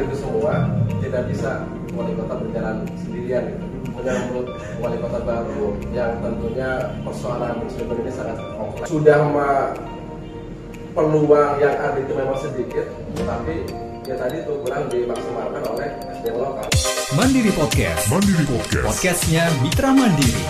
itu semua, tidak bisa wali kota berjalan sendirian gitu. Menyambut wali kota baru yang tentunya persoalan di Cilegon ini sangat kompleks. Sudah peluang yang ada itu memang sedikit, tapi ya tadi itu kurang dimaksimalkan oleh SDM lokal. Mandiri Podcast. Podcastnya Mitra Mandiri.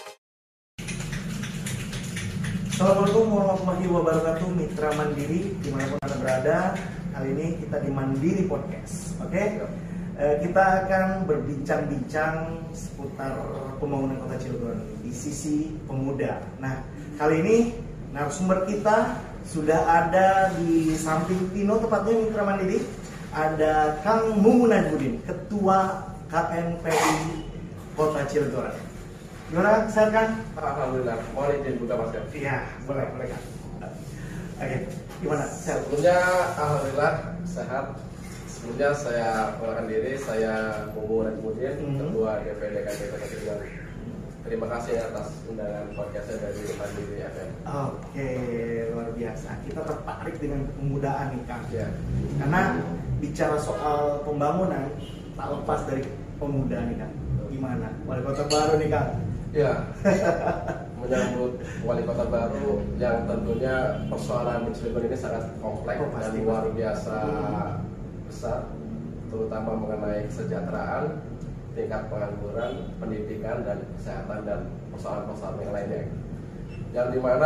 Assalamualaikum warahmatullahi wabarakatuh, Mitra Mandiri dimanapun Anda berada. Kali ini kita di Mandiri Podcast. Oke? Kita akan berbincang-bincang seputar pembangunan kota Cilegon di sisi pemuda. Nah, kali ini narasumber kita sudah ada di samping Tino, tepatnya Mitra Mandiri. Ada Kang Mumu Najmudin, Ketua KNPI Kota Cilegon. Gimana, sehat Kang? Alhamdulillah, mau izin buka masker? Iya, boleh Kang. Oke, gimana? Sehat? Sebelumnya, alhamdulillah sehat. Sebelumnya saya perkenalkan diri, saya Mumu Najmudin, Ketua DPD KNPI Kota Cilegon. Terima kasih atas undangan podcastnya dari Mandiri FM. Oke, luar biasa. Kita tertarik dengan kepemudaan nih Kang. Ya. Karena bicara soal pembangunan tak lepas dari pemuda nih Kang. Gimana? Wali kota baru nih Kang. Ya, menyambut wali kota baru yang tentunya persoalan di Cilegon ini sangat kompleks dan luar biasa besar, terutama mengenai kesejahteraan, tingkat pengangguran, pendidikan dan kesehatan dan persoalan-persoalan yang lainnya. Yang dimana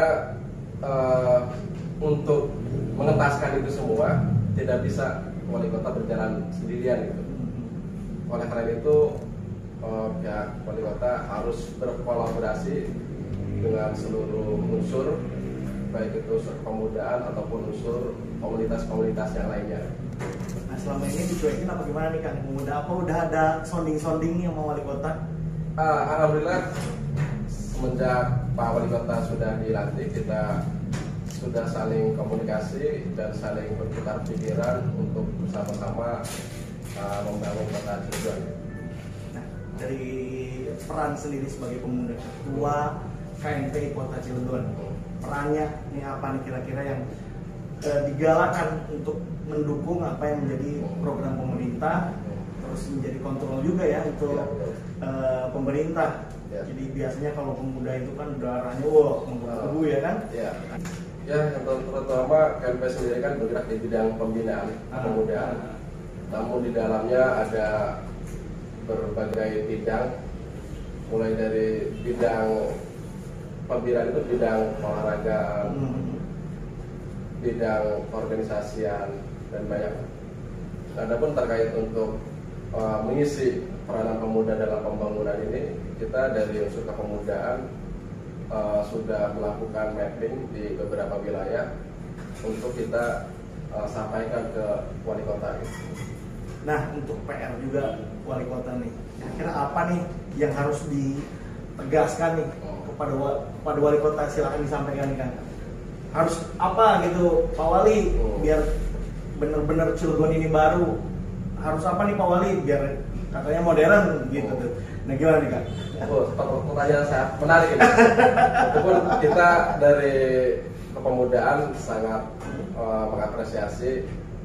untuk mengentaskan itu semua tidak bisa wali kota berjalan sendirian gitu. Oleh karena itu pihak wali kota harus berkolaborasi dengan seluruh unsur, baik itu unsur pemudaan ataupun unsur komunitas-komunitas yang lainnya. Nah, selama ini dicuekin apa gimana nih Kang? Pemuda apa udah ada sounding-sounding nih sama wali kota? Alhamdulillah semenjak Pak Wali Kota sudah dilantik, kita sudah saling komunikasi dan saling bertukar pikiran untuk bersama-sama membangun kota Cilegon. Nah, dari peran sendiri sebagai pemuda ketua KNPI Kota Cilegon, perannya ini apa nih kira-kira yang digalakan untuk mendukung apa yang menjadi program pemerintah, terus menjadi kontrol juga ya untuk pemerintah. Ya. Jadi biasanya kalau pemuda itu kan darahnya menggebu ya kan? Ya, yang terutama KNPI sendiri kan bergerak di bidang pembinaan kepemudaan. Namun di dalamnya ada berbagai bidang, mulai dari bidang pembinaan itu bidang olahraga, bidang organisasian dan banyak. Adapun terkait untuk mengisi peranan pemuda dalam pembangunan ini, kita dari unsur kepemudaan sudah melakukan mapping di beberapa wilayah untuk kita sampaikan ke wali kota. Nah, untuk PR juga wali kota nih, kira-kira apa nih yang harus ditegaskan nih kepada wali kota? Silakan disampaikan nih Kang. Harus apa gitu Pak Wali biar benar-benar Cilegon ini baru? Harus apa nih Pak Wali biar katanya modern gitu tuh. Nah, gimana nih Kang? Pertanyaan sangat menarik ini. Walaupun kita dari kepemudaan sangat mengapresiasi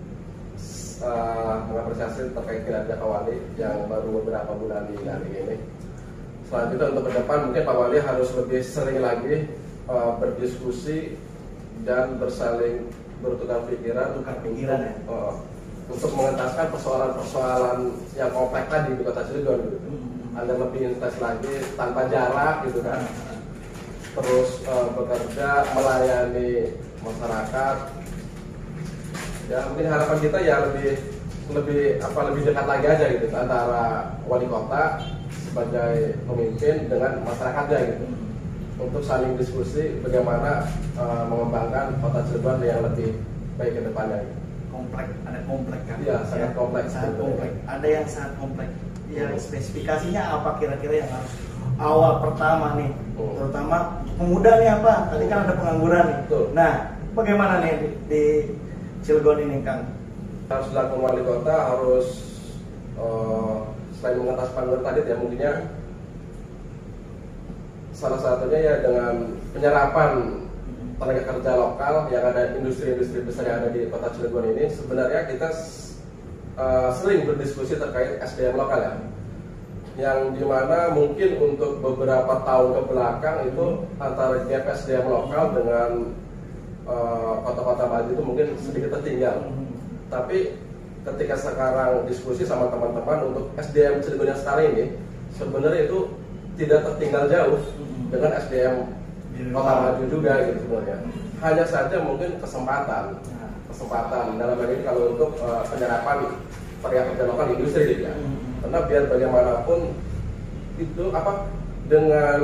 terkait kinerja Pak Wali yang baru beberapa bulan di hari ini. Selanjutnya untuk ke depan mungkin Pak Wali harus lebih sering lagi berdiskusi dan bersaling bertukar pikiran untuk mengentaskan persoalan-persoalan yang kompleks tadi di Kota Cilegon gitu. Agar lebih intens lagi tanpa jarak gitu kan. Terus bekerja melayani masyarakat. Ya mungkin harapan kita ya lebih dekat lagi aja gitu antara wali kota sebagai pemimpin dengan masyarakatnya gitu. Untuk saling diskusi bagaimana mengembangkan kota Cilegon yang lebih baik ke depannya. Ada kompleks kan? Iya, sangat kompleks. Ada yang sangat kompleks. Yang spesifikasinya apa kira-kira yang harus awal pertama nih, terutama pemuda nih apa? Tadi kan ada pengangguran nih. Nah, bagaimana nih di Cilegon ini Kang? Harus dilakukan wali kota harus selain mengatas panggung tadi ya mungkinnya salah satunya ya dengan penyerapan tenaga kerja lokal yang ada industri-industri besar yang ada di Kota Cilegon ini. Sebenarnya kita sering berdiskusi terkait SDM lokal ya, yang dimana mungkin untuk beberapa tahun ke belakang itu antara gap SDM lokal dengan kota-kota maju itu mungkin sedikit tertinggal. Tapi ketika sekarang diskusi sama teman-teman untuk SDM Cilegon yang sekarang ini, sebenarnya itu tidak tertinggal jauh dengan SDM kota maju juga gitu sebenarnya. Hanya saja mungkin kesempatan dalam hal ini kalau untuk penyerapan pekerja lokal di industri gitu ya. Karena biar bagaimanapun itu dengan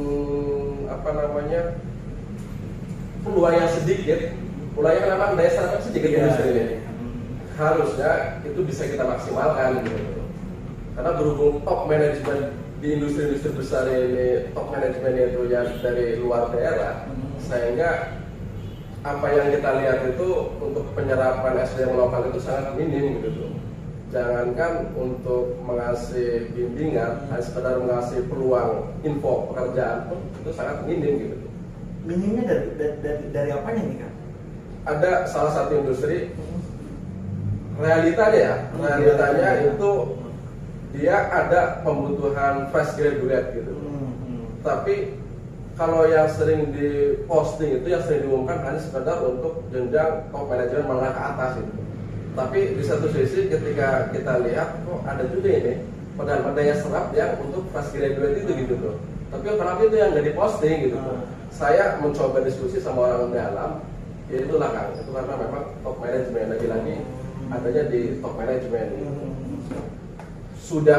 peluang yang sedikit, peluangnya memang daya saing sedikit industri ini. Harusnya itu bisa kita maksimalkan gitu. Karena berhubung top manajemen di industri-industri besar ini, top manajemennya itu yang dari luar daerah, sehingga apa yang kita lihat itu untuk penyerapan SDM lokal itu sangat minim gitu. Jangankan untuk mengasih bimbingan, hanya sekedar mengasih peluang info pekerjaan pun itu sangat minim gitu. Minimnya dari apanya nih Kang? Ada salah satu industri, realitanya itu dia ada pembutuhan fresh graduate gitu. Tapi kalau yang sering diposting itu, yang sering diumumkan hanya sekedar untuk jenjang top manajemen menengah ke atas gitu. Tapi di satu sisi ketika kita lihat kok ada juga ini daya serap yang untuk fresh graduate itu gitu tuh. Tapi kenapa itu yang nggak diposting gitu tuh? Saya mencoba diskusi sama orang dalam, ya itu lah Kang, itu karena memang top manajemen lagi-lagi adanya di top manajemen gitu. Sudah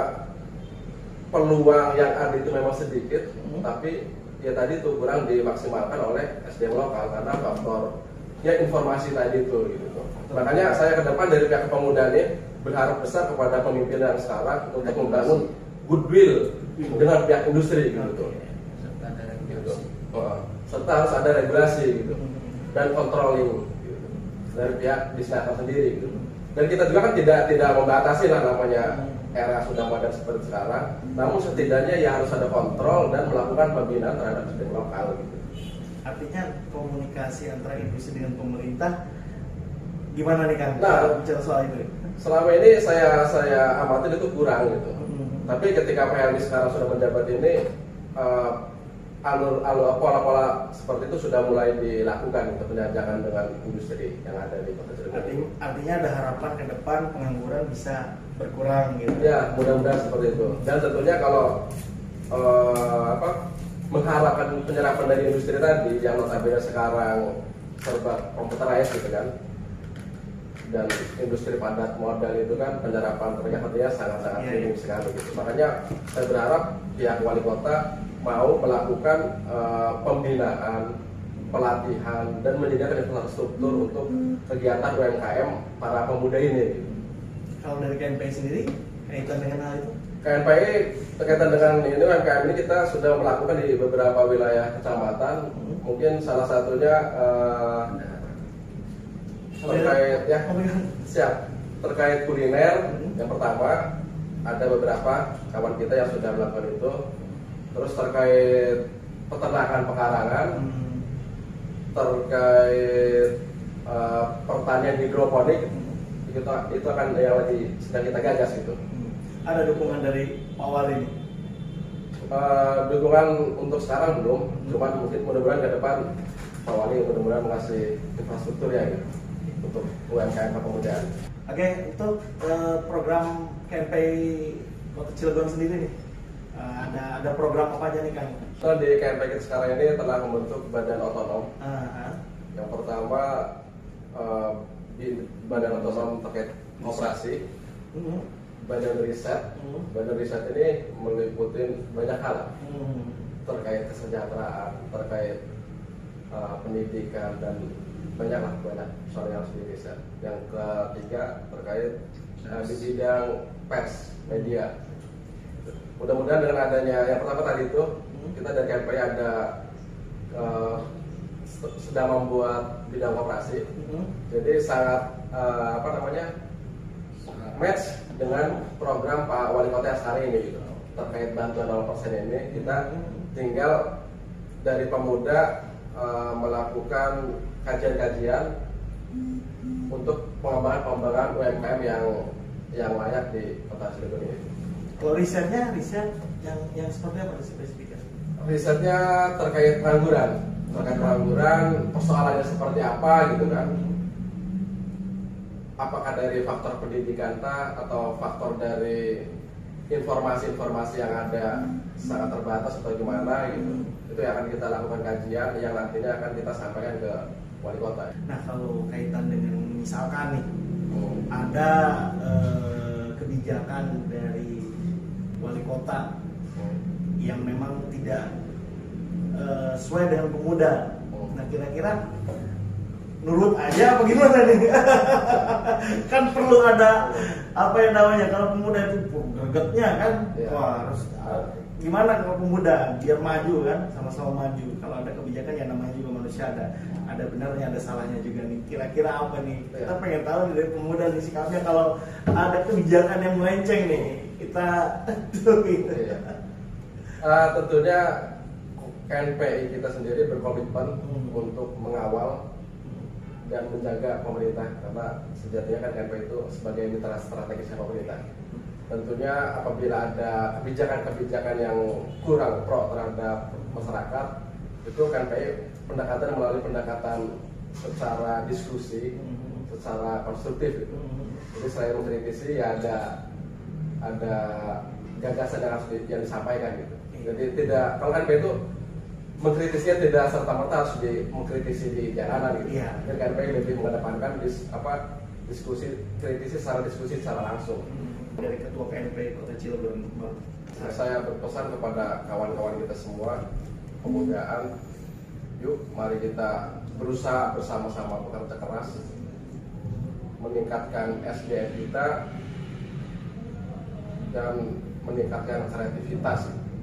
peluang yang ada itu memang sedikit, tapi ya tadi itu kurang dimaksimalkan oleh SDM lokal karena faktornya informasi tadi itu gitu. Makanya saya ke depan dari pihak kepemudaan ini berharap besar kepada pemimpin yang sekarang untuk membangun goodwill dengan pihak industri gitu. Serta harus ada regulasi gitu dan controlling gitu, dari pihak disnaker sendiri gitu. Dan kita juga kan tidak membatasi lah namanya era sudah modern seperti sekarang, namun setidaknya ya harus ada kontrol dan melakukan pembinaan terhadap SDM lokal gitu. Artinya komunikasi antara industri dengan pemerintah gimana nih Kang? Nah, bicara soal itu. Selama ini saya amatin itu kurang gitu. Tapi ketika Pak Helmi sekarang sudah menjabat ini, pola-pola seperti itu sudah mulai dilakukan untuk penjajakan dengan industri yang ada di Kota Cilegon. Artinya ada harapan ke depan pengangguran bisa berkurang gitu. Ya, mudah-mudahan seperti itu. Dan tentunya kalau mengharapkan penyerapan dari industri tadi yang notabene sekarang serba computerized gitu kan. Dan industri padat modal itu kan penyerapan ternyata sangat-sangat minim sekali gitu. Makanya saya berharap pihak wali kota mau melakukan pembinaan, pelatihan dan menyediakan infrastruktur untuk kegiatan UMKM para pemuda ini. Kalau dari KNPI sendiri kaitan dengan hal itu? KNPI berkaitan dengan ini UMKM ini kita sudah melakukan di beberapa wilayah kecamatan. Mungkin salah satunya terkait kuliner. Yang pertama ada beberapa kawan kita yang sudah melakukan itu. Terus terkait peternakan pekarangan, terkait pertanian hidroponik, itu akan yang lagi sedang kita gagas gitu. Ada dukungan dari Pak Wali? Dukungan untuk sekarang belum, cuman mungkin mudah-mudahan ke depan Pak Wali mudah-mudahan mengasih infrastruktur ya gitu, untuk UMKM kepemudaan. Oke, untuk program KNPI Kota Cilegon sendiri nih, ada program apa aja nih Kang? So, di KNPI kita sekarang ini telah membentuk badan otonom. Yang pertama di badan otonom terkait operasi, badan riset. Badan riset ini meliputi banyak hal terkait kesejahteraan, terkait pendidikan dan banyak soal yang harus diriset. Yang ketiga terkait di bidang pers, media. Mudah-mudahan dengan adanya yang pertama tadi itu kita dari KNPI ada sedang membuat bidang operasi, jadi sangat match dengan program Pak Wali Kota yang sekarang ini gitu. Terkait bantuan 0% ini kita tinggal dari pemuda melakukan kajian-kajian untuk pengembangan UMKM yang layak di Kota Cilegon ini. Kalau riset yang seperti apa spesifiknya? Risetnya terkait pengangguran, persoalannya seperti apa gitu kan? Apakah dari faktor pendidikan atau faktor dari informasi-informasi yang ada sangat terbatas atau gimana gitu? Itu yang akan kita lakukan kajian yang nantinya akan kita sampaikan ke wali kota. Nah, kalau kaitan dengan misalkan nih ada kebijakan dari wali kota yang memang tidak sesuai dengan pemuda. Nah, kira-kira nurut aja apa gimana nih? Kan perlu ada apa yang namanya, kalau pemuda itu gregetnya kan, wah harus gimana kalau pemuda biar maju kan, sama-sama maju. Kalau ada kebijakan yang namanya juga manusia, ada benarnya ada salahnya juga nih. Kira-kira apa nih? Kita pengen tahu dari pemuda nih sikapnya kalau ada kebijakan yang melenceng nih. Kita gitu. Tentunya KNPI kita sendiri berkomitmen untuk mengawal dan menjaga pemerintah, karena sejatinya kan KNPI itu sebagai mitra strategisnya pemerintah. Tentunya apabila ada kebijakan-kebijakan yang kurang pro terhadap masyarakat, itu KNPI pendekatan melalui pendekatan secara diskusi, secara konstruktif gitu. Jadi selain mengkritisi ya ada gagasan yang harus yang disampaikan gitu. Jadi tidak, kalau KNPI itu mengkritisnya tidak serta-merta harus mengkritisi di jalanan gitu. Jadi KNPI lebih mengedepankan diskusi secara langsung. Dari Ketua KNPI Kota Cilegon, saya berpesan kepada kawan-kawan kita semua, kemudaan, yuk mari kita berusaha bersama-sama bekerja keras, meningkatkan SDM kita dan meningkatkan kreativitas.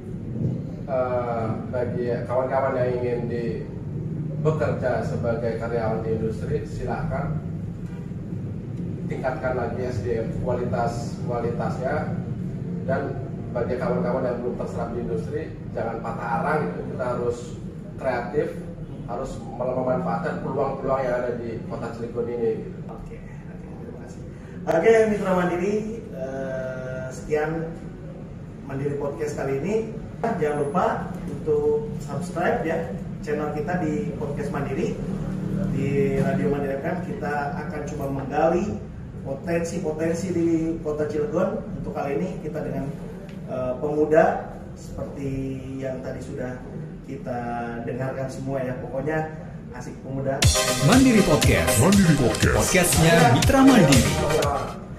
Bagi kawan-kawan yang ingin bekerja sebagai karyawan di industri, silakan tingkatkan lagi SDM kualitasnya, dan bagi kawan-kawan yang belum terserap di industri jangan patah arang gitu. Kita harus kreatif, harus memanfaatkan peluang-peluang yang ada di Kota Cilegon ini gitu. Oke, terima kasih. Oke, Mitra Mandiri, sekian Mandiri Podcast kali ini. Jangan lupa untuk subscribe ya channel kita di Podcast Mandiri di Radio Mandiri FM. Kita akan coba menggali potensi-potensi di Kota Cilegon. Untuk kali ini kita dengan pemuda seperti yang tadi sudah kita dengarkan semua ya. Pokoknya asik pemuda. Mandiri Podcast. Podcastnya Mitra Mandiri.